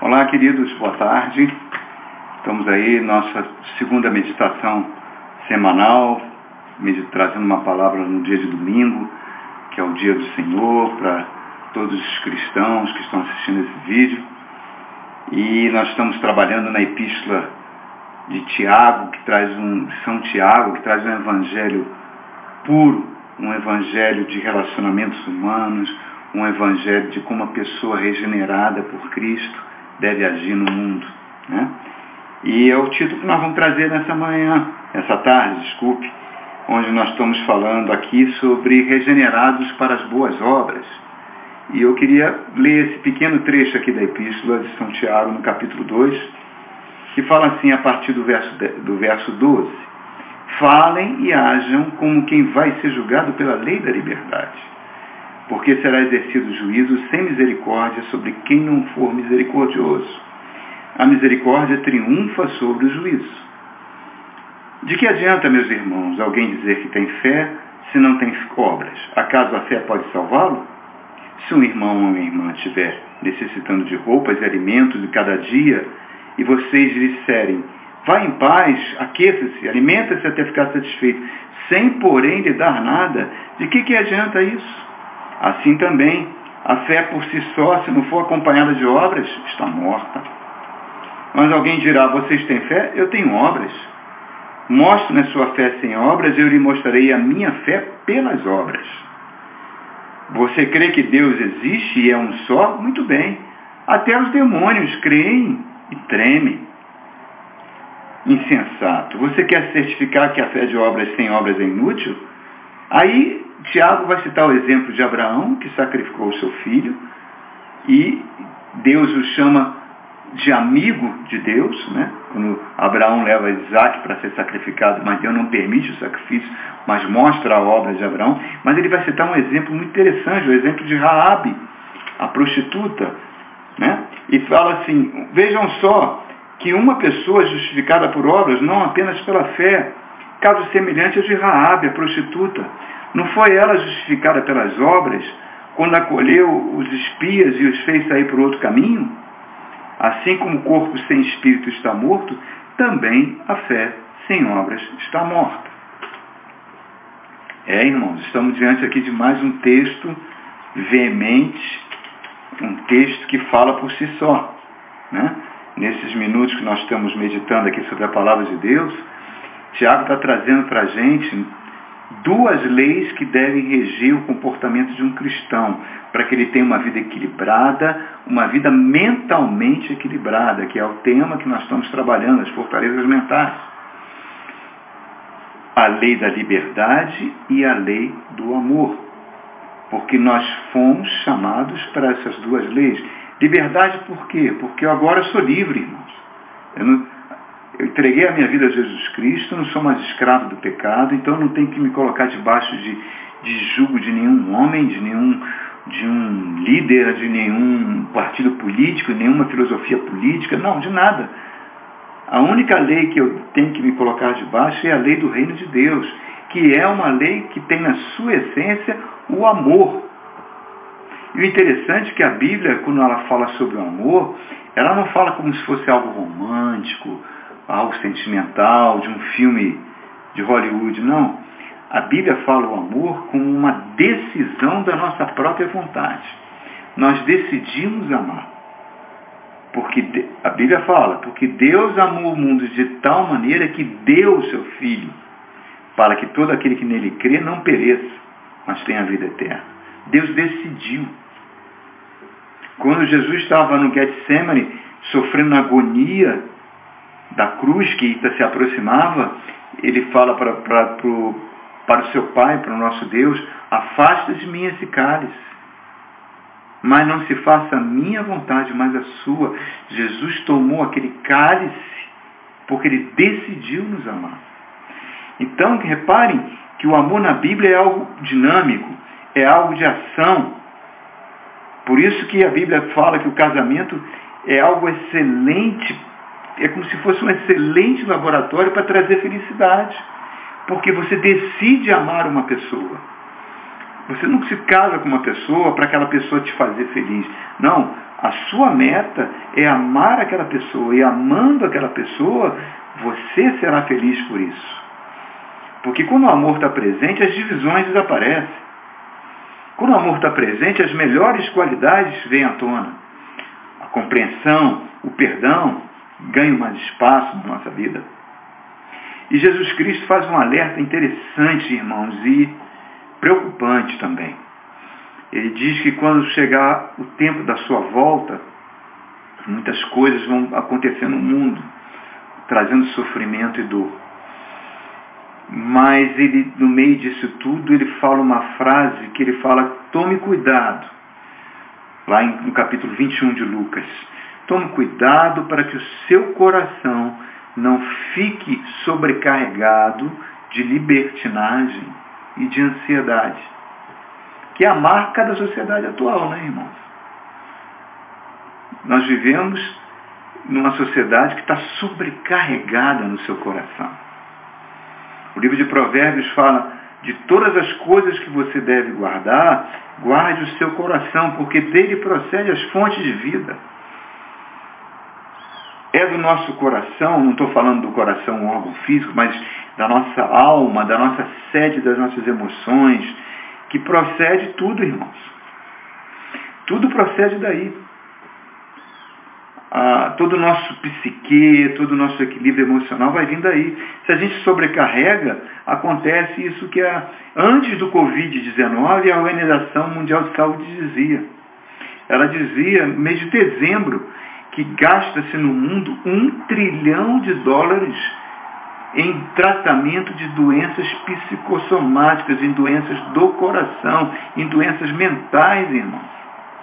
Olá, queridos, boa tarde. Estamos aí, nossa segunda meditação semanal, trazendo uma palavra no dia de domingo, que é o dia do Senhor, para todos os cristãos que estão assistindo esse vídeo. E nós estamos trabalhando na epístola de Tiago, São Tiago, que traz um evangelho puro, um evangelho de relacionamentos humanos, um evangelho de como a pessoa regenerada por Cristo deve agir no mundo, né? E é o título que nós vamos trazer essa tarde, onde nós estamos falando aqui sobre regenerados para as boas obras. E eu queria ler esse pequeno trecho aqui da epístola de São Tiago, no capítulo 2, que fala assim a partir do verso 12. Falem e hajam como quem vai ser julgado pela lei da liberdade, porque será exercido juízo sem misericórdia sobre quem não for misericordioso. A misericórdia triunfa sobre o juízo. De que adianta, meus irmãos, alguém dizer que tem fé se não tem obras? Acaso a fé pode salvá-lo? Se um irmão ou uma irmã estiver necessitando de roupas e alimentos de cada dia, e vocês lhe disserem, vá em paz, aqueça-se, alimenta-se até ficar satisfeito, sem porém lhe dar nada, de que adianta isso? Assim também, a fé por si só, se não for acompanhada de obras, está morta. Mas alguém dirá, vocês têm fé? Eu tenho obras. Mostre-me a sua fé sem obras, eu lhe mostrarei a minha fé pelas obras. Você crê que Deus existe e é um só? Muito bem. Até os demônios creem e tremem. Insensato. Você quer certificar que a fé de obras sem obras é inútil? Aí, Tiago vai citar o exemplo de Abraão, que sacrificou o seu filho, e Deus o chama de amigo de Deus, né? Quando Abraão leva Isaac para ser sacrificado, mas Deus não permite o sacrifício, mas mostra a obra de Abraão. Mas ele vai citar um exemplo muito interessante, o exemplo de Raabe, a prostituta, né? E fala assim, vejam só, que uma pessoa justificada por obras, não apenas pela fé, caso semelhante ao de Raabe, a prostituta. Não foi ela justificada pelas obras, quando acolheu os espias e os fez sair por outro caminho? Assim como o corpo sem espírito está morto, também a fé sem obras está morta. Irmãos, estamos diante aqui de mais um texto veemente, um texto que fala por si só, né? Nesses minutos que nós estamos meditando aqui sobre a palavra de Deus, Tiago está trazendo para a gente duas leis que devem reger o comportamento de um cristão, para que ele tenha uma vida equilibrada, uma vida mentalmente equilibrada, que é o tema que nós estamos trabalhando, as fortalezas mentais. A lei da liberdade e a lei do amor. Porque nós fomos chamados para essas duas leis. Liberdade por quê? Porque eu agora sou livre, irmãos. Eu entreguei a minha vida a Jesus Cristo, não sou mais escravo do pecado, então não tenho que me colocar debaixo de jugo de nenhum homem, de um líder, de nenhum partido político, nenhuma filosofia política, não, de nada. A única lei que eu tenho que me colocar debaixo é a lei do reino de Deus, que é uma lei que tem na sua essência o amor. E o interessante é que a Bíblia, quando ela fala sobre o amor, ela não fala como se fosse algo romântico, algo sentimental, de um filme de Hollywood, não. A Bíblia fala o amor como uma decisão da nossa própria vontade. Nós decidimos amar. Porque a Bíblia fala, porque Deus amou o mundo de tal maneira que deu o seu Filho, para que todo aquele que nele crê não pereça, mas tenha a vida eterna. Deus decidiu. Quando Jesus estava no Getsemane, sofrendo a agonia da cruz que se aproximava, ele fala para o seu Pai, para o nosso Deus, afasta de mim esse cálice, mas não se faça a minha vontade, mas a sua. Jesus tomou aquele cálice porque ele decidiu nos amar. Então, reparem que o amor na Bíblia é algo dinâmico, é algo de ação. Por isso que a Bíblia fala que o casamento é algo excelente, é como se fosse um excelente laboratório para trazer felicidade. Porque você decide amar uma pessoa. Você não se casa com uma pessoa para aquela pessoa te fazer feliz. Não, A sua meta é amar aquela pessoa, e amando aquela pessoa, você será feliz por isso. Porque quando o amor está presente, as divisões desaparecem. Quando o amor está presente, as melhores qualidades vêm à tona. A compreensão, o perdão, ganham mais espaço na nossa vida. E Jesus Cristo faz um alerta interessante, irmãos, e preocupante também. Ele diz que quando chegar o tempo da sua volta, muitas coisas vão acontecer no mundo, trazendo sofrimento e dor. Mas ele, no meio disso tudo, ele fala uma frase que ele fala: tome cuidado, lá no capítulo 21 de Lucas. Tome cuidado para que o seu coração não fique sobrecarregado de libertinagem e de ansiedade, que é a marca da sociedade atual, né, irmãos? Nós vivemos numa sociedade que está sobrecarregada no seu coração. O livro de Provérbios fala: de todas as coisas que você deve guardar, guarde o seu coração, porque dele procede as fontes de vida. É do nosso coração, não estou falando do coração, um órgão físico, mas da nossa alma, da nossa sede, das nossas emoções, que procede tudo, irmãos. Tudo procede daí. Todo o nosso psique, todo o nosso equilíbrio emocional vai vindo daí. Se a gente sobrecarrega, acontece isso que antes do Covid-19 a Organização Mundial de Saúde dizia. Ela dizia, no mês de dezembro, que gasta-se no mundo $1 trilhão em tratamento de doenças psicossomáticas, em doenças do coração, em doenças mentais, irmãos.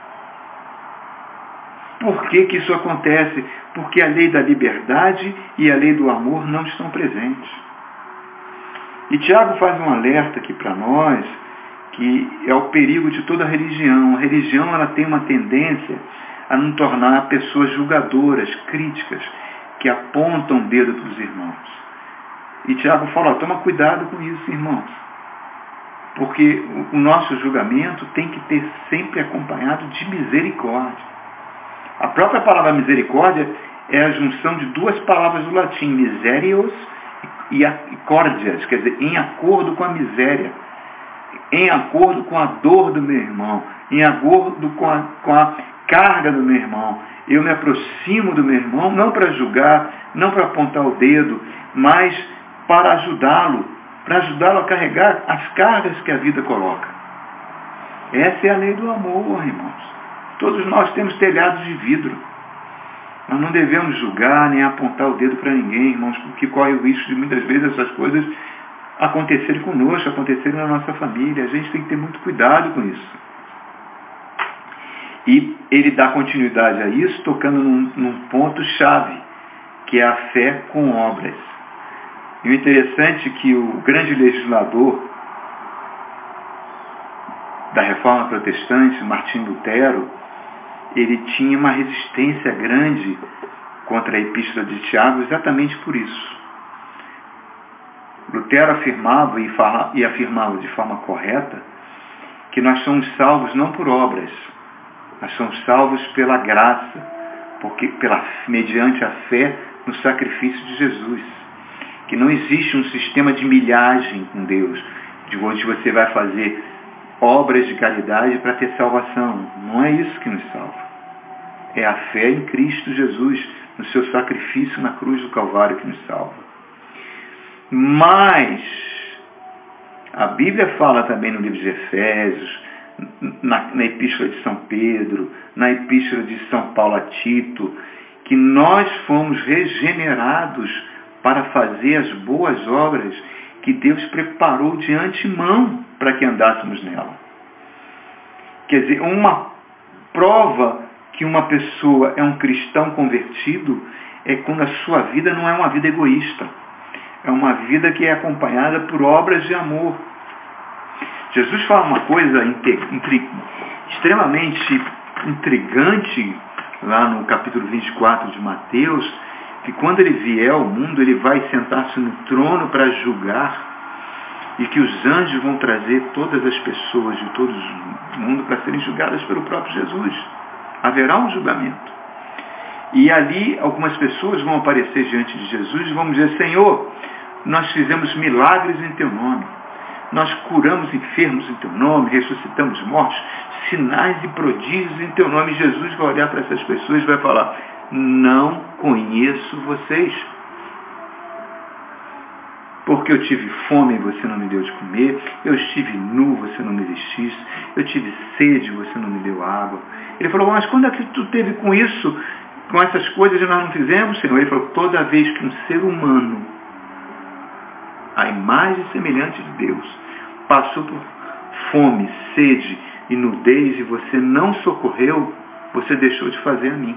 Por que que isso acontece? Porque a lei da liberdade e a lei do amor não estão presentes. E Tiago faz um alerta aqui para nós, que é o perigo de toda religião. A religião, ela tem uma tendência a nos tornar pessoas julgadoras, críticas, que apontam o dedo para os irmãos. E Tiago fala: toma cuidado com isso, irmãos. Porque o nosso julgamento tem que ter sempre acompanhado de misericórdia. A própria palavra misericórdia é a junção de duas palavras do latim, miserios e cordias, quer dizer, em acordo com a miséria, em acordo com a dor do meu irmão, em acordo com a carga do meu irmão. Eu me aproximo do meu irmão, não para julgar, não para apontar o dedo, mas para ajudá-lo a carregar as cargas que a vida coloca. Essa é a lei do amor, irmãos. Todos nós temos telhados de vidro. Nós não devemos julgar nem apontar o dedo para ninguém, irmãos, porque corre o risco de muitas vezes essas coisas acontecerem conosco, acontecerem na nossa família. A gente tem que ter muito cuidado com isso. E ele dá continuidade a isso, tocando num ponto-chave, que é a fé com obras. E o interessante é que o grande legislador da Reforma Protestante, Martim Lutero, ele tinha uma resistência grande contra a Epístola de Tiago exatamente por isso. Lutero afirmava e afirmava de forma correta que nós somos salvos não por obras, nós somos salvos pela graça, porque mediante a fé no sacrifício de Jesus. Que não existe um sistema de milhagem com Deus, de onde você vai fazer obras de caridade para ter salvação. Não é isso que nos salva. É a fé em Cristo Jesus, no seu sacrifício na cruz do Calvário, que nos salva. Mas a Bíblia fala também no livro de Efésios, na Epístola de São Pedro, na Epístola de São Paulo a Tito, que nós fomos regenerados para fazer as boas obras que Deus preparou de antemão para que andássemos nela. Quer dizer, uma prova que uma pessoa é um cristão convertido é quando a sua vida não é uma vida egoísta. É uma vida que é acompanhada por obras de amor. Jesus fala uma coisa extremamente intrigante lá no capítulo 24 de Mateus, que quando ele vier ao mundo, ele vai sentar-se no trono para julgar, e que os anjos vão trazer todas as pessoas de todo o mundo para serem julgadas pelo próprio Jesus. Haverá um julgamento. E ali algumas pessoas vão aparecer diante de Jesus e vão dizer: Senhor, nós fizemos milagres em teu nome. Nós curamos enfermos em teu nome, ressuscitamos mortos, sinais e prodígios em teu nome. E Jesus vai olhar para essas pessoas e vai falar: não conheço vocês. Porque eu tive fome e você não me deu de comer, eu estive nu, você não me vestisse, eu tive sede e você não me deu água. Ele falou: mas quando é que tu teve com isso, com essas coisas e nós não fizemos, Senhor? Ele falou: toda vez que um ser humano, a imagem semelhante de Deus, passou por fome, sede e nudez e você não socorreu, você deixou de fazer a mim.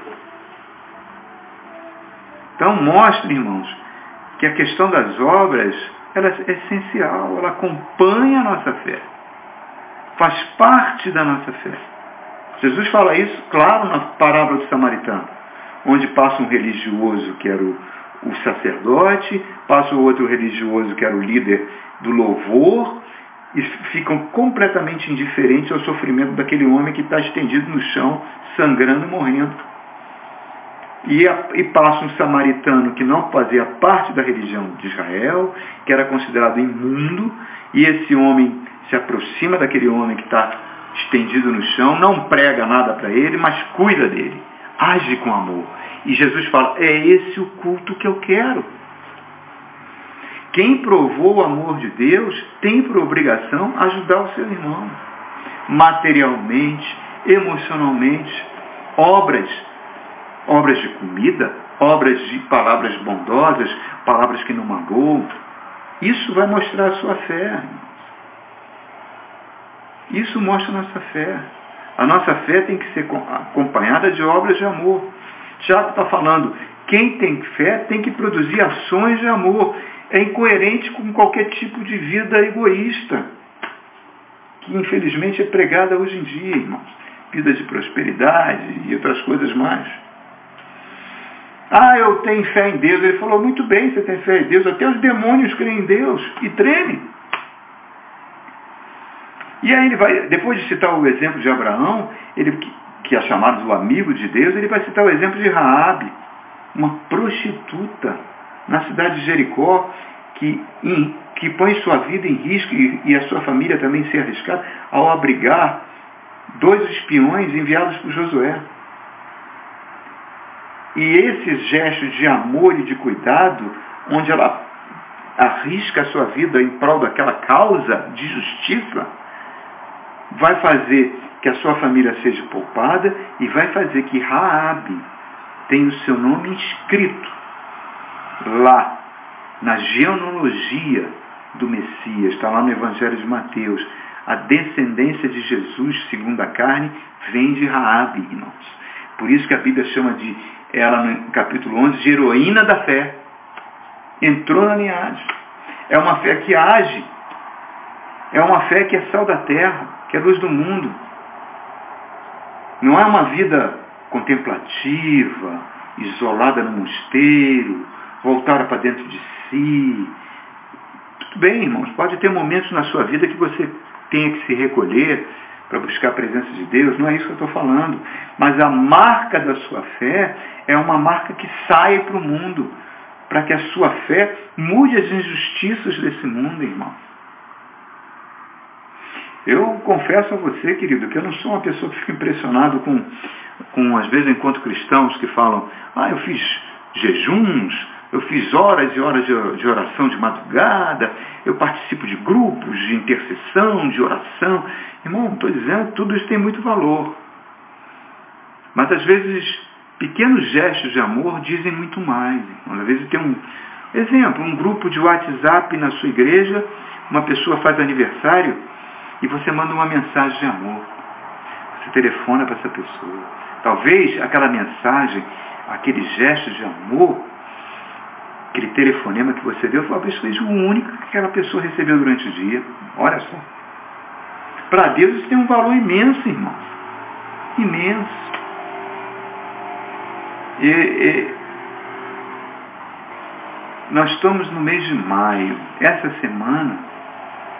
Então mostre, irmãos, que a questão das obras, ela é essencial, ela acompanha a nossa fé, faz parte da nossa fé. Jesus fala isso, claro, na parábola do samaritano, onde passa um religioso que era o sacerdote, passa o outro religioso que era o líder do louvor, e ficam completamente indiferentes ao sofrimento daquele homem que está estendido no chão, sangrando e morrendo. E passa um samaritano que não fazia parte da religião de Israel, que era considerado imundo, e esse homem se aproxima daquele homem que está estendido no chão, não prega nada para ele, mas cuida dele, age com amor. E Jesus fala: é esse o culto que eu quero. Quem provou o amor de Deus tem por obrigação ajudar o seu irmão, materialmente, emocionalmente, obras de comida, obras de palavras bondosas, palavras que não magoam. Isso vai mostrar a sua fé. Isso mostra a nossa fé. A nossa fé tem que ser acompanhada de obras de amor. Tiago está falando: quem tem fé tem que produzir ações de amor. É incoerente com qualquer tipo de vida egoísta, que infelizmente é pregada hoje em dia, irmãos. Vida de prosperidade e outras coisas mais. Ah, eu tenho fé em Deus. Ele falou: muito bem, você tem fé em Deus. Até os demônios creem em Deus e tremem. E aí ele vai, depois de citar o exemplo de Abraão, ele, que é chamado o amigo de Deus, ele vai citar o exemplo de Raabe, uma prostituta na cidade de Jericó, que põe sua vida em risco e a sua família também se arriscar ao abrigar 2 espiões enviados por Josué. E esses gestos de amor e de cuidado, onde ela arrisca a sua vida em prol daquela causa de justiça, vai fazer que a sua família seja poupada e vai fazer que Raabe tenha o seu nome inscrito lá na genealogia do Messias. Está lá no Evangelho de Mateus. A descendência de Jesus, segundo a carne, vem de Raabe, irmãos. Por isso que a Bíblia chama ela no capítulo 11 de heroína da fé. Entrou na linhagem. É uma fé que age. É uma fé que é sal da terra, que é luz do mundo. Não é uma vida contemplativa, isolada no mosteiro, voltada para dentro de si. Tudo bem, irmãos, pode ter momentos na sua vida que você tenha que se recolher para buscar a presença de Deus, não é isso que eu estou falando. Mas a marca da sua fé é uma marca que sai para o mundo, para que a sua fé mude as injustiças desse mundo, irmão. Eu confesso a você, querido, que eu não sou uma pessoa que fica impressionado com às vezes eu encontro cristãos que falam: eu fiz jejuns, eu fiz horas e horas de oração de madrugada, eu participo de grupos de intercessão, de oração. Irmão, estou dizendo, tudo isso tem muito valor. Mas às vezes, pequenos gestos de amor dizem muito mais. Às vezes tem um grupo de WhatsApp na sua igreja, uma pessoa faz aniversário e você manda uma mensagem de amor. Você telefona para essa pessoa. Talvez aquela mensagem, aquele gesto de amor, aquele telefonema que você deu, talvez seja o único que aquela pessoa recebeu durante o dia. Olha só. Para Deus isso tem um valor imenso, irmãos. Imenso. Nós estamos no mês de maio. Essa semana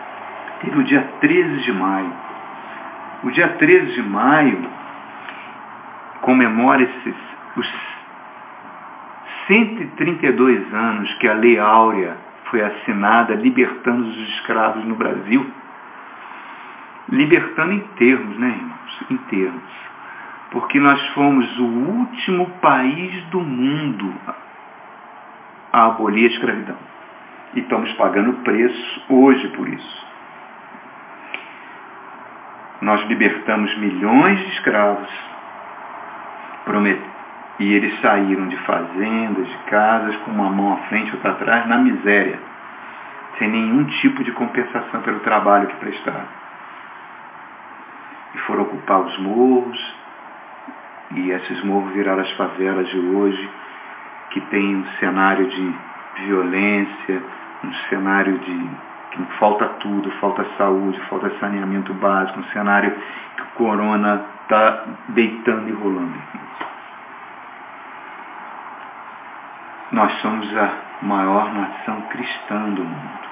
teve o dia 13 de maio. O dia 13 de maio comemora os 132 anos que a Lei Áurea foi assinada, libertando os escravos no Brasil. Libertando em termos, né, irmãos? Em termos. Porque nós fomos o último país do mundo a abolir a escravidão. E estamos pagando preço hoje por isso. Nós libertamos milhões de escravos, e eles saíram de fazendas, de casas, com uma mão à frente e outra atrás, na miséria, sem nenhum tipo de compensação pelo trabalho que prestaram. E foram ocupar os morros, e esses morros viraram as favelas de hoje, que tem um cenário de violência, um cenário de que falta tudo, falta saúde, falta saneamento básico, um cenário que o corona está deitando e rolando. Nós somos a maior nação cristã do mundo.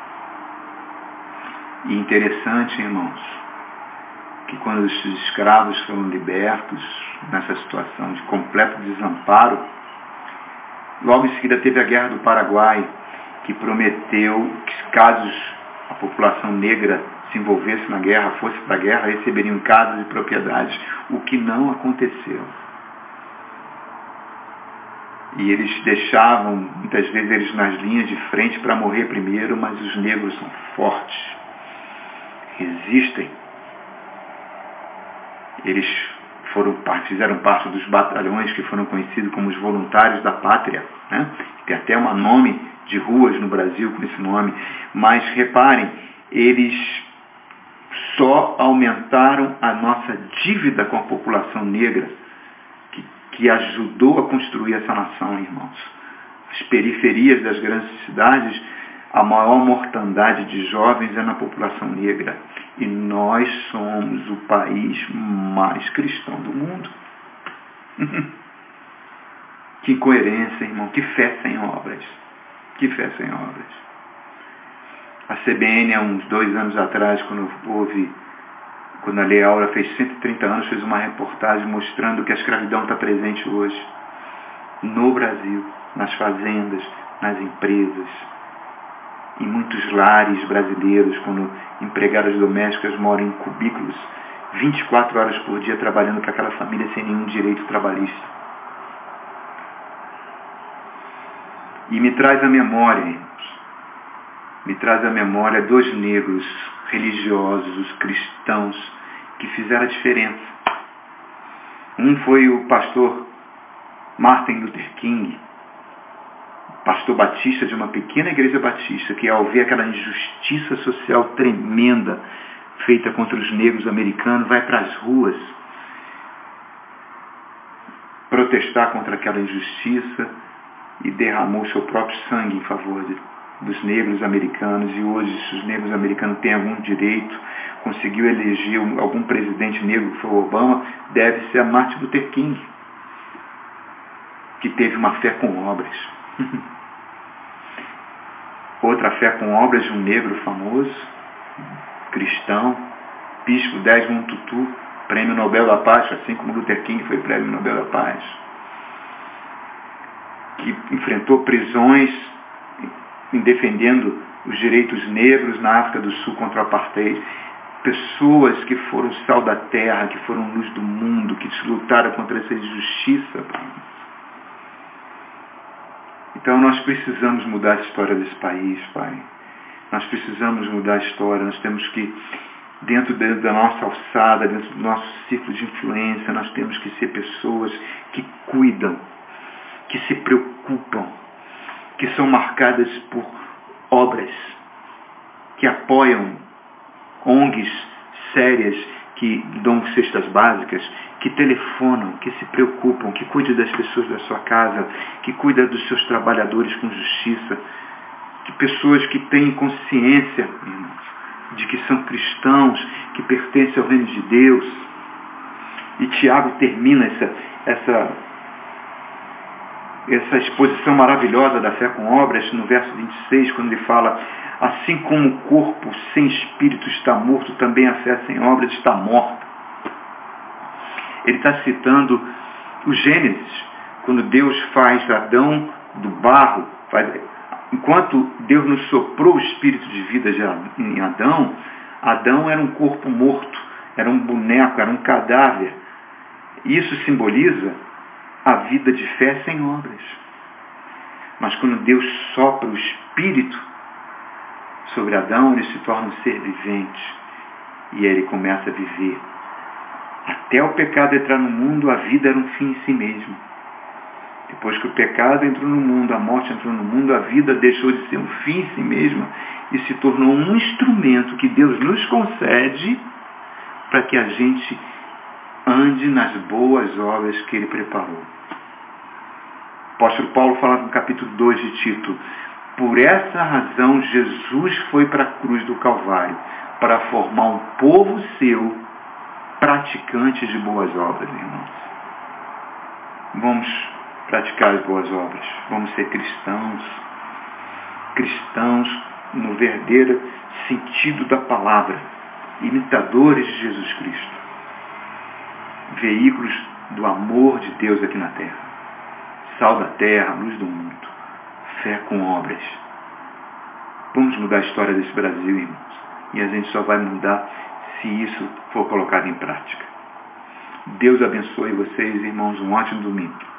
E interessante, irmãos, que quando os escravos foram libertos, nessa situação de completo desamparo, logo em seguida teve a Guerra do Paraguai, que prometeu que caso a população negra se envolvesse na guerra, fosse para a guerra, receberiam casas e propriedades, o que não aconteceu. E eles deixavam, muitas vezes, eles nas linhas de frente para morrer primeiro, mas os negros são fortes, resistem. Eles fizeram parte dos batalhões que foram conhecidos como os voluntários da pátria, né? Tem até um nome de ruas no Brasil com esse nome. Mas reparem, eles só aumentaram a nossa dívida com a população negra, que ajudou a construir essa nação, irmãos. As periferias das grandes cidades, a maior mortandade de jovens é na população negra. E nós somos o país mais cristão do mundo. Que incoerência, irmão. Que fé sem obras. Que fé sem obras. A CBN, há uns 2 anos atrás, quando a Lei Áurea fez 130 anos, fez uma reportagem mostrando que a escravidão está presente hoje no Brasil, nas fazendas, nas empresas, em muitos lares brasileiros, quando empregadas domésticas moram em cubículos 24 horas por dia trabalhando para aquela família sem nenhum direito trabalhista. E me traz à memória, irmãos, me traz à memória 2 negros religiosos, os cristãos, que fizeram a diferença. Um foi o pastor Martin Luther King, pastor batista de uma pequena igreja batista, que ao ver aquela injustiça social tremenda feita contra os negros americanos, vai para as ruas protestar contra aquela injustiça e derramou seu próprio sangue em favor dos negros americanos. E hoje, se os negros americanos têm algum direito, conseguiu eleger algum presidente negro, que foi o Obama, deve ser a Martin Luther King, que teve uma fé com obras. Outra fé com obras de um negro famoso, cristão, bispo Desmond Tutu, prêmio Nobel da Paz, assim como Luther King foi prêmio Nobel da Paz, que enfrentou prisões defendendo os direitos negros na África do Sul contra o apartheid. Pessoas que foram sal da terra, que foram luz do mundo, que lutaram contra essa injustiça. Então nós precisamos mudar a história desse país, Pai. Nós precisamos mudar a história. Nós temos que, dentro da nossa alçada, dentro do nosso círculo de influência, nós temos que ser pessoas que cuidam, que se preocupam, que são marcadas por obras, que apoiam ONGs sérias, que dão cestas básicas, que telefonam, que se preocupam, que cuidam das pessoas da sua casa, que cuidam dos seus trabalhadores com justiça, de pessoas que têm consciência, irmãos, de que são cristãos, que pertencem ao reino de Deus. E Tiago termina essa exposição maravilhosa da fé com obras no verso 26, quando ele fala: assim como o corpo sem espírito está morto, também a fé sem obras está morta. Ele está citando O Gênesis, quando Deus faz Adão do barro, enquanto Deus nos soprou o espírito de vida em Adão, Adão era um corpo morto, era um boneco, era um cadáver. Isso simboliza a vida de fé sem obras. Mas quando Deus sopra o espírito sobre Adão, ele se torna um ser vivente. E aí ele começa a viver. Até o pecado entrar no mundo, a vida era um fim em si mesmo. Depois que o pecado entrou no mundo, a morte entrou no mundo, a vida deixou de ser um fim em si mesma e se tornou um instrumento que Deus nos concede para que a gente ande nas boas obras que Ele preparou. O apóstolo Paulo fala no capítulo 2 de Tito: por essa razão Jesus foi para a cruz do Calvário, para formar um povo seu, praticante de boas obras, irmãos. Vamos praticar as boas obras. Vamos ser cristãos. Cristãos no verdadeiro sentido da palavra. Imitadores de Jesus Cristo. Veículos do amor de Deus aqui na terra. Sal da terra, luz do mundo. Fé com obras. Vamos mudar a história desse Brasil, irmãos. E a gente só vai mudar se isso for colocado em prática. Deus abençoe vocês, irmãos. Um ótimo domingo.